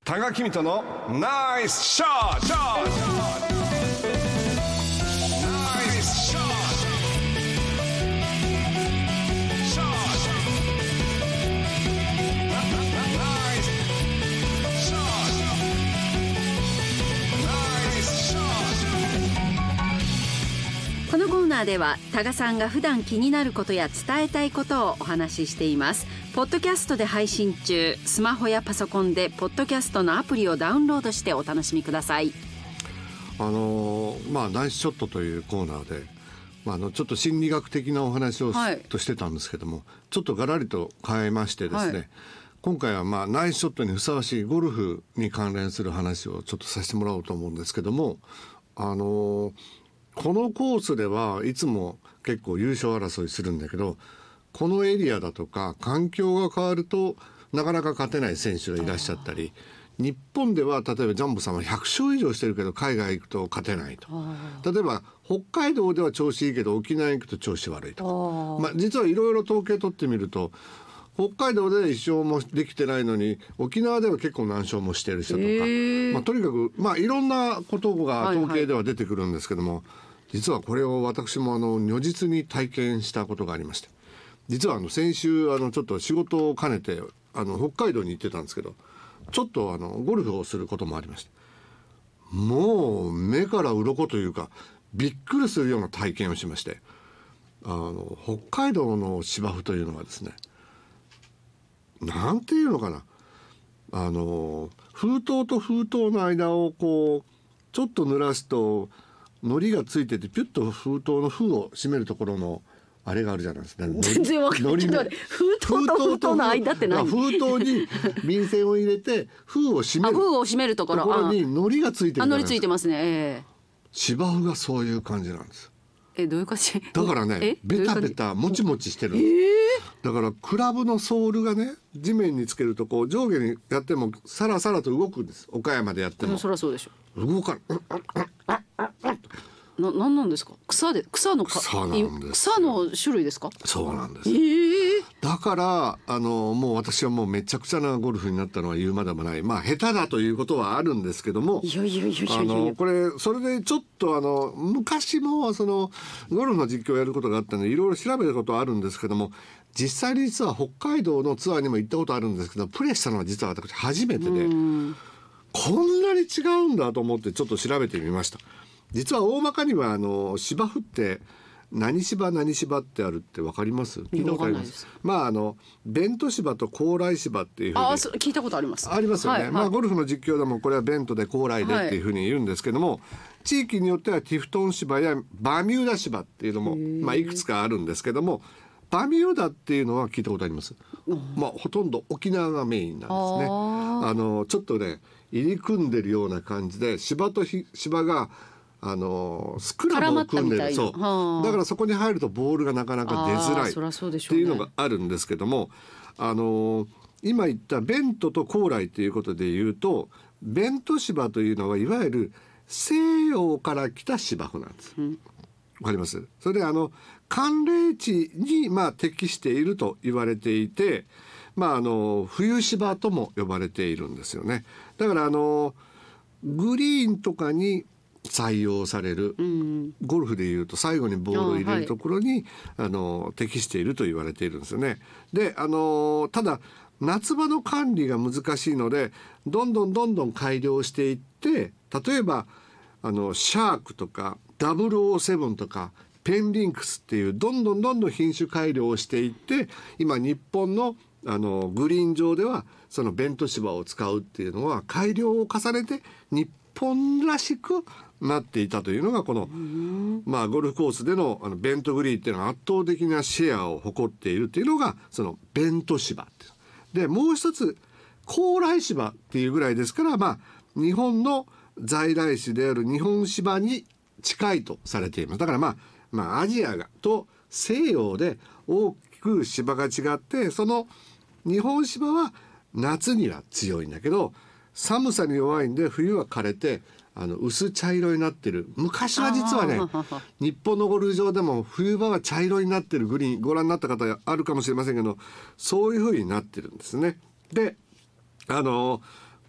多賀公人のナイスショット。 このコーナーでは多賀さんが普段気になることや伝えたいことをお話ししています。ポッドキャストで配信中。スマホやパソコンでポッドキャストのアプリをダウンロードしてお楽しみください。 ナイスショットというコーナーで、ちょっと心理学的なお話をとしてたんですけども、ちょっとガラリと変えましてですね、今回はナイスショットにふさわしいゴルフに関連する話をちょっとさせてもらおうと思うんですけども、このコースではいつも結構優勝争いするんだけど、このエリアだとか環境が変わるとなかなか勝てない選手がいらっしゃったり、日本では例えばジャンボさんは100勝以上してるけど海外行くと勝てないと。例えば北海道では調子いいけど沖縄行くと調子悪いとか、実はいろいろ統計取ってみると北海道で1勝もできてないのに沖縄では結構何勝もしてる人とか、とにかくいろんなことが統計では出てくるんですけども、実はこれを私も如実に体験したことがありまして、実は先週ちょっと仕事を兼ねて北海道に行ってたんですけど、ちょっとゴルフをすることもありまして、もう目から鱗というかびっくりするような体験をしまして、北海道の芝生というのはですね、なんていうのかな、封筒と封筒の間をこうちょっと濡らすと糊がついててピュッと封筒の封を閉めるところのあれがあるじゃないですか。 全然わかんない。封筒と封筒の間って何？ 封筒に便箋を入れて封を閉める。 封を閉めるところに糊がついてるじゃないですか。 糊ついてますね。 芝生がそういう感じなんです。 どういう感じ？ だからね、ベタベタもちもちしてるんです。だからクラブのソールがね、地面につけるとこう上下にやってもサラサラと動くんです。岡山でやっても。 そりゃそうでしょ。 動かない。 なんなんですか？草の種類ですか？ そうなんです。だからもう私はもうめちゃくちゃなゴルフになったのは言うまでもない。下手だということはあるんですけども、これそれでちょっと昔もゴルフの実況をやることがあったのでいろいろ調べたことはあるんですけども、実際に実は北海道のツアーにも行ったことあるんですけど、プレーしたのは実は私初めてで、こんなに違うんだと思ってちょっと調べてみました。実は大まかには芝生って何芝ってあるって分かります？聞いたことあります。ベント芝と高麗芝っていうふうに聞いたことあります。 ありますよね。ゴルフの実況でもこれはベントで高麗でっていうふうに言うんですけども、地域によってはティフトン芝やバミューダ芝っていうのもいくつかあるんですけども、バミューダっていうのは聞いたことあります。ほとんど沖縄がメインなんですね。ちょっとね入り組んでるような感じで芝と芝がスクラブを組んでる。そうだからそこに入るとボールがなかなか出づらいっていうのがあるんですけども、今言ったベントと高麗ということで言うと、ベント芝というのはいわゆる西洋から来た芝生なんです。わかります？それで寒冷地に適していると言われていて、冬芝とも呼ばれているんですよね。だからグリーンとかに採用される、ゴルフでいうと最後にボールを入れるところに、適していると言われているんですよね。でただ夏場の管理が難しいのでどんどん改良していって、例えばシャークとか007とかペンリンクスっていうどんどん品種改良をしていって、今日本のグリーン上ではそのベント芝を使うっていうのは改良を重ねて日本らしくなっていたというのがこの、ゴルフコースでのベントグリーンっていうのは圧倒的なシェアを誇っているっていうのがそのベント芝っていう。でもう一つ高麗芝っていうぐらいですから、日本の在来種である日本芝に近いとされています。だからアジアと西洋で大きく芝が違って、その日本芝は夏には強いんだけど寒さに弱いんで冬は枯れて薄茶色になってる。昔は実はね日本のゴルフ場でも冬場は茶色になってるグリーンご覧になった方あるかもしれませんけど、そういう風になってるんですね。で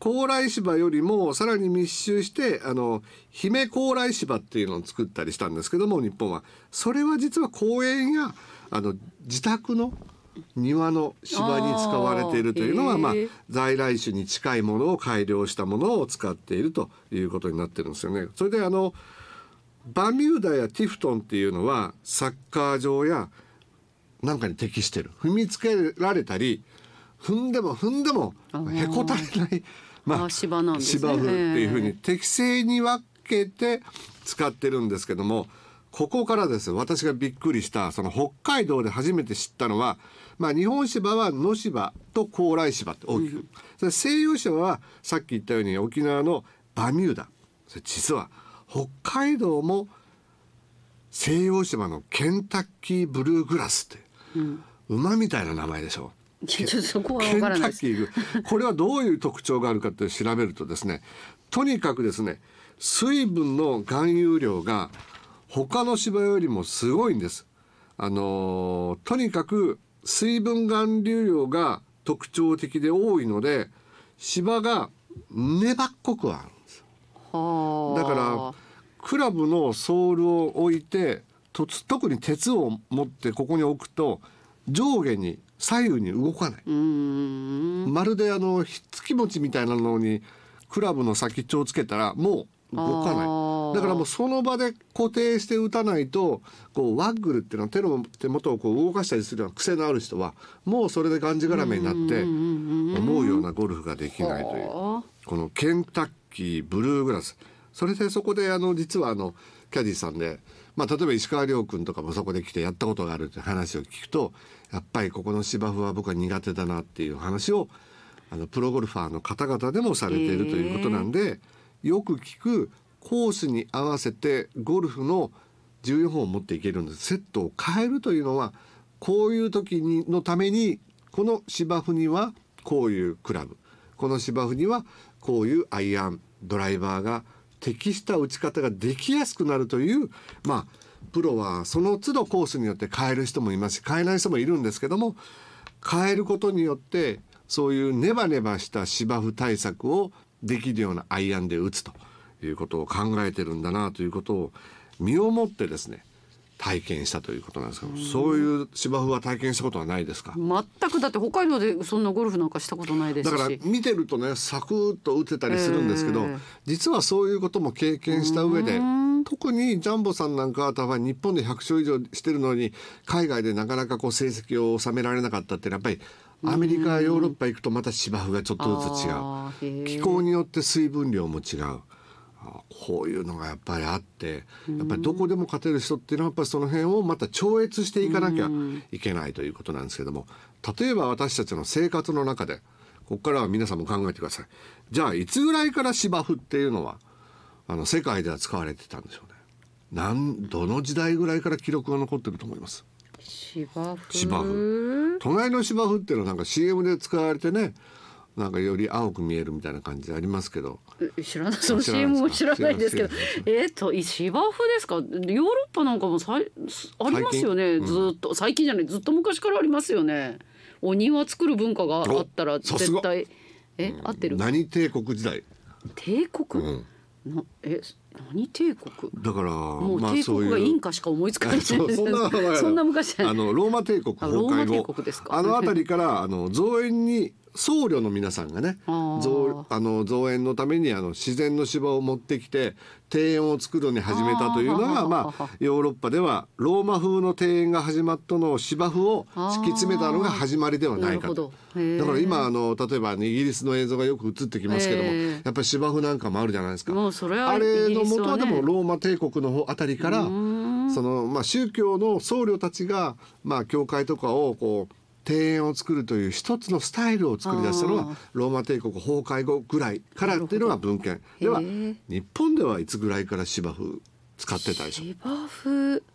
高麗芝よりもさらに密集して姫高麗芝っていうのを作ったりしたんですけども、日本はそれは実は公園や自宅の庭の芝に使われているというのは、在来種に近いものを改良したものを使っているということになってるんですよね。それでバミューダやティフトンっていうのはサッカー場やなんかに適してる、踏みつけられたり踏んでもへこたれない芝なんですね。 芝生っていうふうに適正に分けて使ってるんですけども、ここからです。私がびっくりしたその北海道で初めて知ったのは、日本芝は野芝と高麗芝って大きく、それ西洋芝はさっき言ったように沖縄のバミューダ、それ実は北海道も西洋芝のケンタッキーブルーグラスって、馬みたいな名前でしょ。 ちょっとそこは分からないです。 ケンタッキーこれはどういう特徴があるかって調べるとですね、とにかくですね、水分の含有量が他の芝よりもすごいんです。とにかく水分含有量が特徴的で多いので、芝が粘っこくあるんです。だからクラブのソールを置いて特に鉄を持ってここに置くと上下に左右に動かない。まるでひっつき餅みたいなのにクラブの先っちょをつけたらもう動かない。だからもうその場で固定して打たないと、ワッグルっていうのは手元を動かしたりするような癖のある人はもうそれでがんじがらめになって思うようなゴルフができないという、このケンタッキーブルーグラス。それでそこで実はキャディさんで、例えば石川遼君とかもそこで来てやったことがあるって話を聞くと、やっぱりここの芝生は僕は苦手だなっていう話をプロゴルファーの方々でもされているということなんで、よく聞くコースに合わせてゴルフの14本を持っていけるんです。セットを変えるというのはこういう時のために、この芝生にはこういうクラブ、この芝生にはこういうアイアンドライバーが適した打ち方ができやすくなるという、プロはその都度コースによって変える人もいますし変えない人もいるんですけども、変えることによってそういうネバネバした芝生対策をできるようなアイアンで打つということを考えてるんだなということを身をもってですね体験したということなんですけど、そういう芝生は体験したことはないですか？ 全く。だって北海道でそんなゴルフなんかしたことないですし。 だから見てるとねサクッと打てたりするんですけど、実はそういうことも経験した上で、特にジャンボさんなんかは多分日本で100勝以上してるのに海外でなかなか成績を収められなかったっていうのはやっぱりアメリカヨーロッパ行くとまた芝生がちょっとずつ違う、気候によって水分量も違う、こういうのがやっぱりあって、やっぱりどこでも勝てる人っていうのはやっぱりその辺をまた超越していかなきゃいけないということなんですけども、例えば私たちの生活の中でここからは皆さんも考えてください。じゃあいつぐらいから芝生っていうのは世界では使われてたんでしょうね。どの時代ぐらいから記録が残ってると思います？ 芝生。隣の芝生っていうのはなんか CM で使われてね、なんかより青く見えるみたいな感じでありますけど、 知らない、その CM も知らないですけど、芝生ですか？ヨーロッパなんかもありますよね。ずっと最近じゃない、ずっと昔からありますよね。お庭作る文化があったら絶対合ってる？ 何帝国時代？ 帝国？何帝国？ だからもう帝国がインカしか思いつかないですね。そんな昔ローマ帝国崩壊後、辺りから造園に僧侶の皆さんがね、造園のために自然の芝を持ってきて庭園を作るのに始めたというのが、ヨーロッパではローマ風の庭園が始まったのを芝生を敷き詰めたのが始まりではないかと。だから今例えば、イギリスの映像がよく映ってきますけども、やっぱり芝生なんかもあるじゃないですか。あれの元はでもローマ帝国のあたりから、宗教の僧侶たちが教会とかを庭園を作るという一つのスタイルを作り出したのはローマ帝国崩壊後ぐらいからっていうのが文献では、日本ではいつぐらいから芝生使ってたでしょう？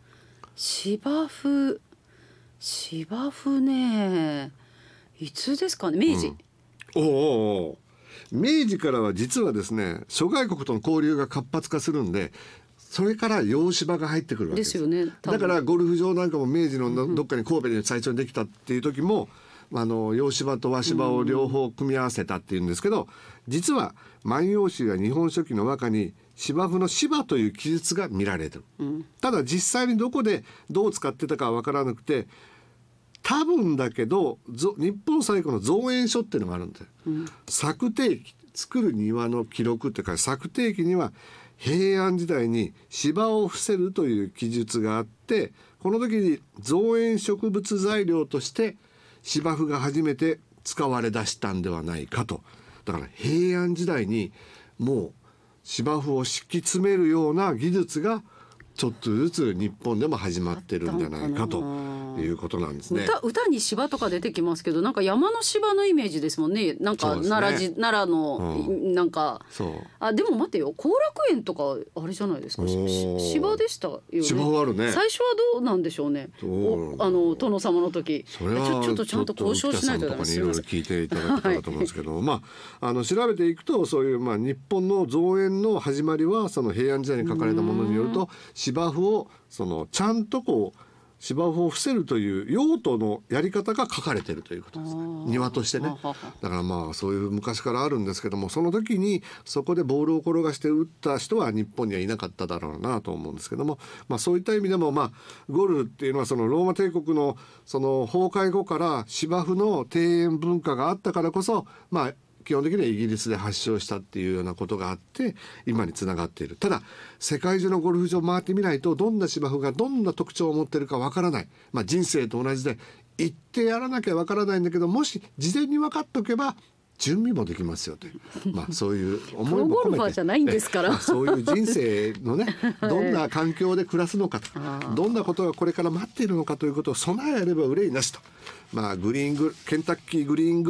芝生ね、いつですかね？明治、 明治からは実はですね、諸外国との交流が活発化するんで、それから洋芝が入ってくるわけです。 ですよね。 だからゴルフ場なんかも明治のどっかに神戸に最初にできたっていう時も、 洋芝と和芝を両方組み合わせたっていうんですけど、実は万葉集や日本書紀の和歌に芝生の芝という記述が見られる、ただ実際にどこでどう使ってたかは分からなくて、多分だけど日本最古の造園書っていうのがあるんで、作庭記、作る庭の記録っていうか作庭記には平安時代に芝を伏せるという記述があって、この時に造園植物材料として芝生が初めて使われ出したんではないかと。だから平安時代にもう芝生を敷き詰めるような技術がちょっとずつ日本でも始まってるんじゃないかということなんですね。 歌に芝とか出てきますけど、なんか山の芝のイメージですもんね。なんか奈良の、なんかでも待てよ、後楽園とかあれじゃないですか、芝でしたよね。 芝はあるね。 最初はどうなんでしょうね。殿様の時、 それはちょっとちゃんと交渉しないとダメです。 いろいろ聞いていただけたらと思うんですけど、調べていくとそういう、日本の造園の始まりはその平安時代に書かれたものによると、芝生をちゃんと芝生を伏せるという用途のやり方が書かれているということですね。庭としてね。だからそういう昔からあるんですけども、その時にそこでボールを転がして打った人は日本にはいなかっただろうなと思うんですけども、そういった意味でもゴルフっていうのはそのローマ帝国のその崩壊後から芝生の庭園文化があったからこそ、基本的にはイギリスで発祥したっていうようなことがあって今につながっている。ただ世界中のゴルフ場回ってみないとどんな芝生がどんな特徴を持っているかわからない、人生と同じで行ってやらなきゃわからないんだけど、もし事前に分かっておけば準備もできますよという、そういう思いも込めて、プロゴルファーじゃないんですからそういう人生のねどんな環境で暮らすのかとどんなことがこれから待っているのかということを備えあれば憂いなしと、ケンタッキ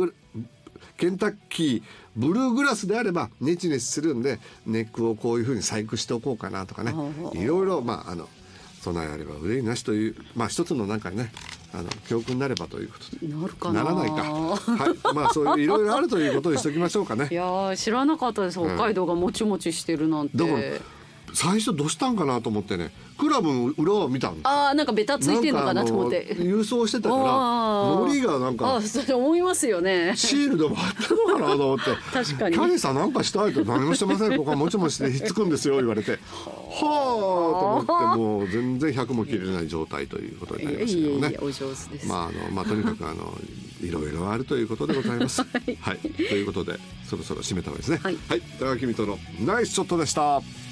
ーブルーグラスであればネチネチするんでネックをこういうふうに細工しておこうかなとかね、いろいろ備えあれば憂いなしという、一つの教訓になればということで。 なるかな。 ならないか。はい。そういういろいろあるということにしておきましょうかね。 いや知らなかったです。北海道がもちもちしてるなんて。 だから最初どうしたんかなと思ってね、クラブの裏を見たんだ。なんかベタついてるのかなと思って。 郵送してたから糊がそれ思いますよね。 シールでもあったのかなと思って。 確かに。 キャディさんなんかしたいと何もしてません。ここはもちもちでひっつくんですよ言われて。はあと思ってもう全然100も切れない状態ということになりましたけどね。 お上手です。 とにかくいろいろあるということでございます。はい。ということでそろそろ締めた方がいいですね。はい。高木美斗のナイスショットでした。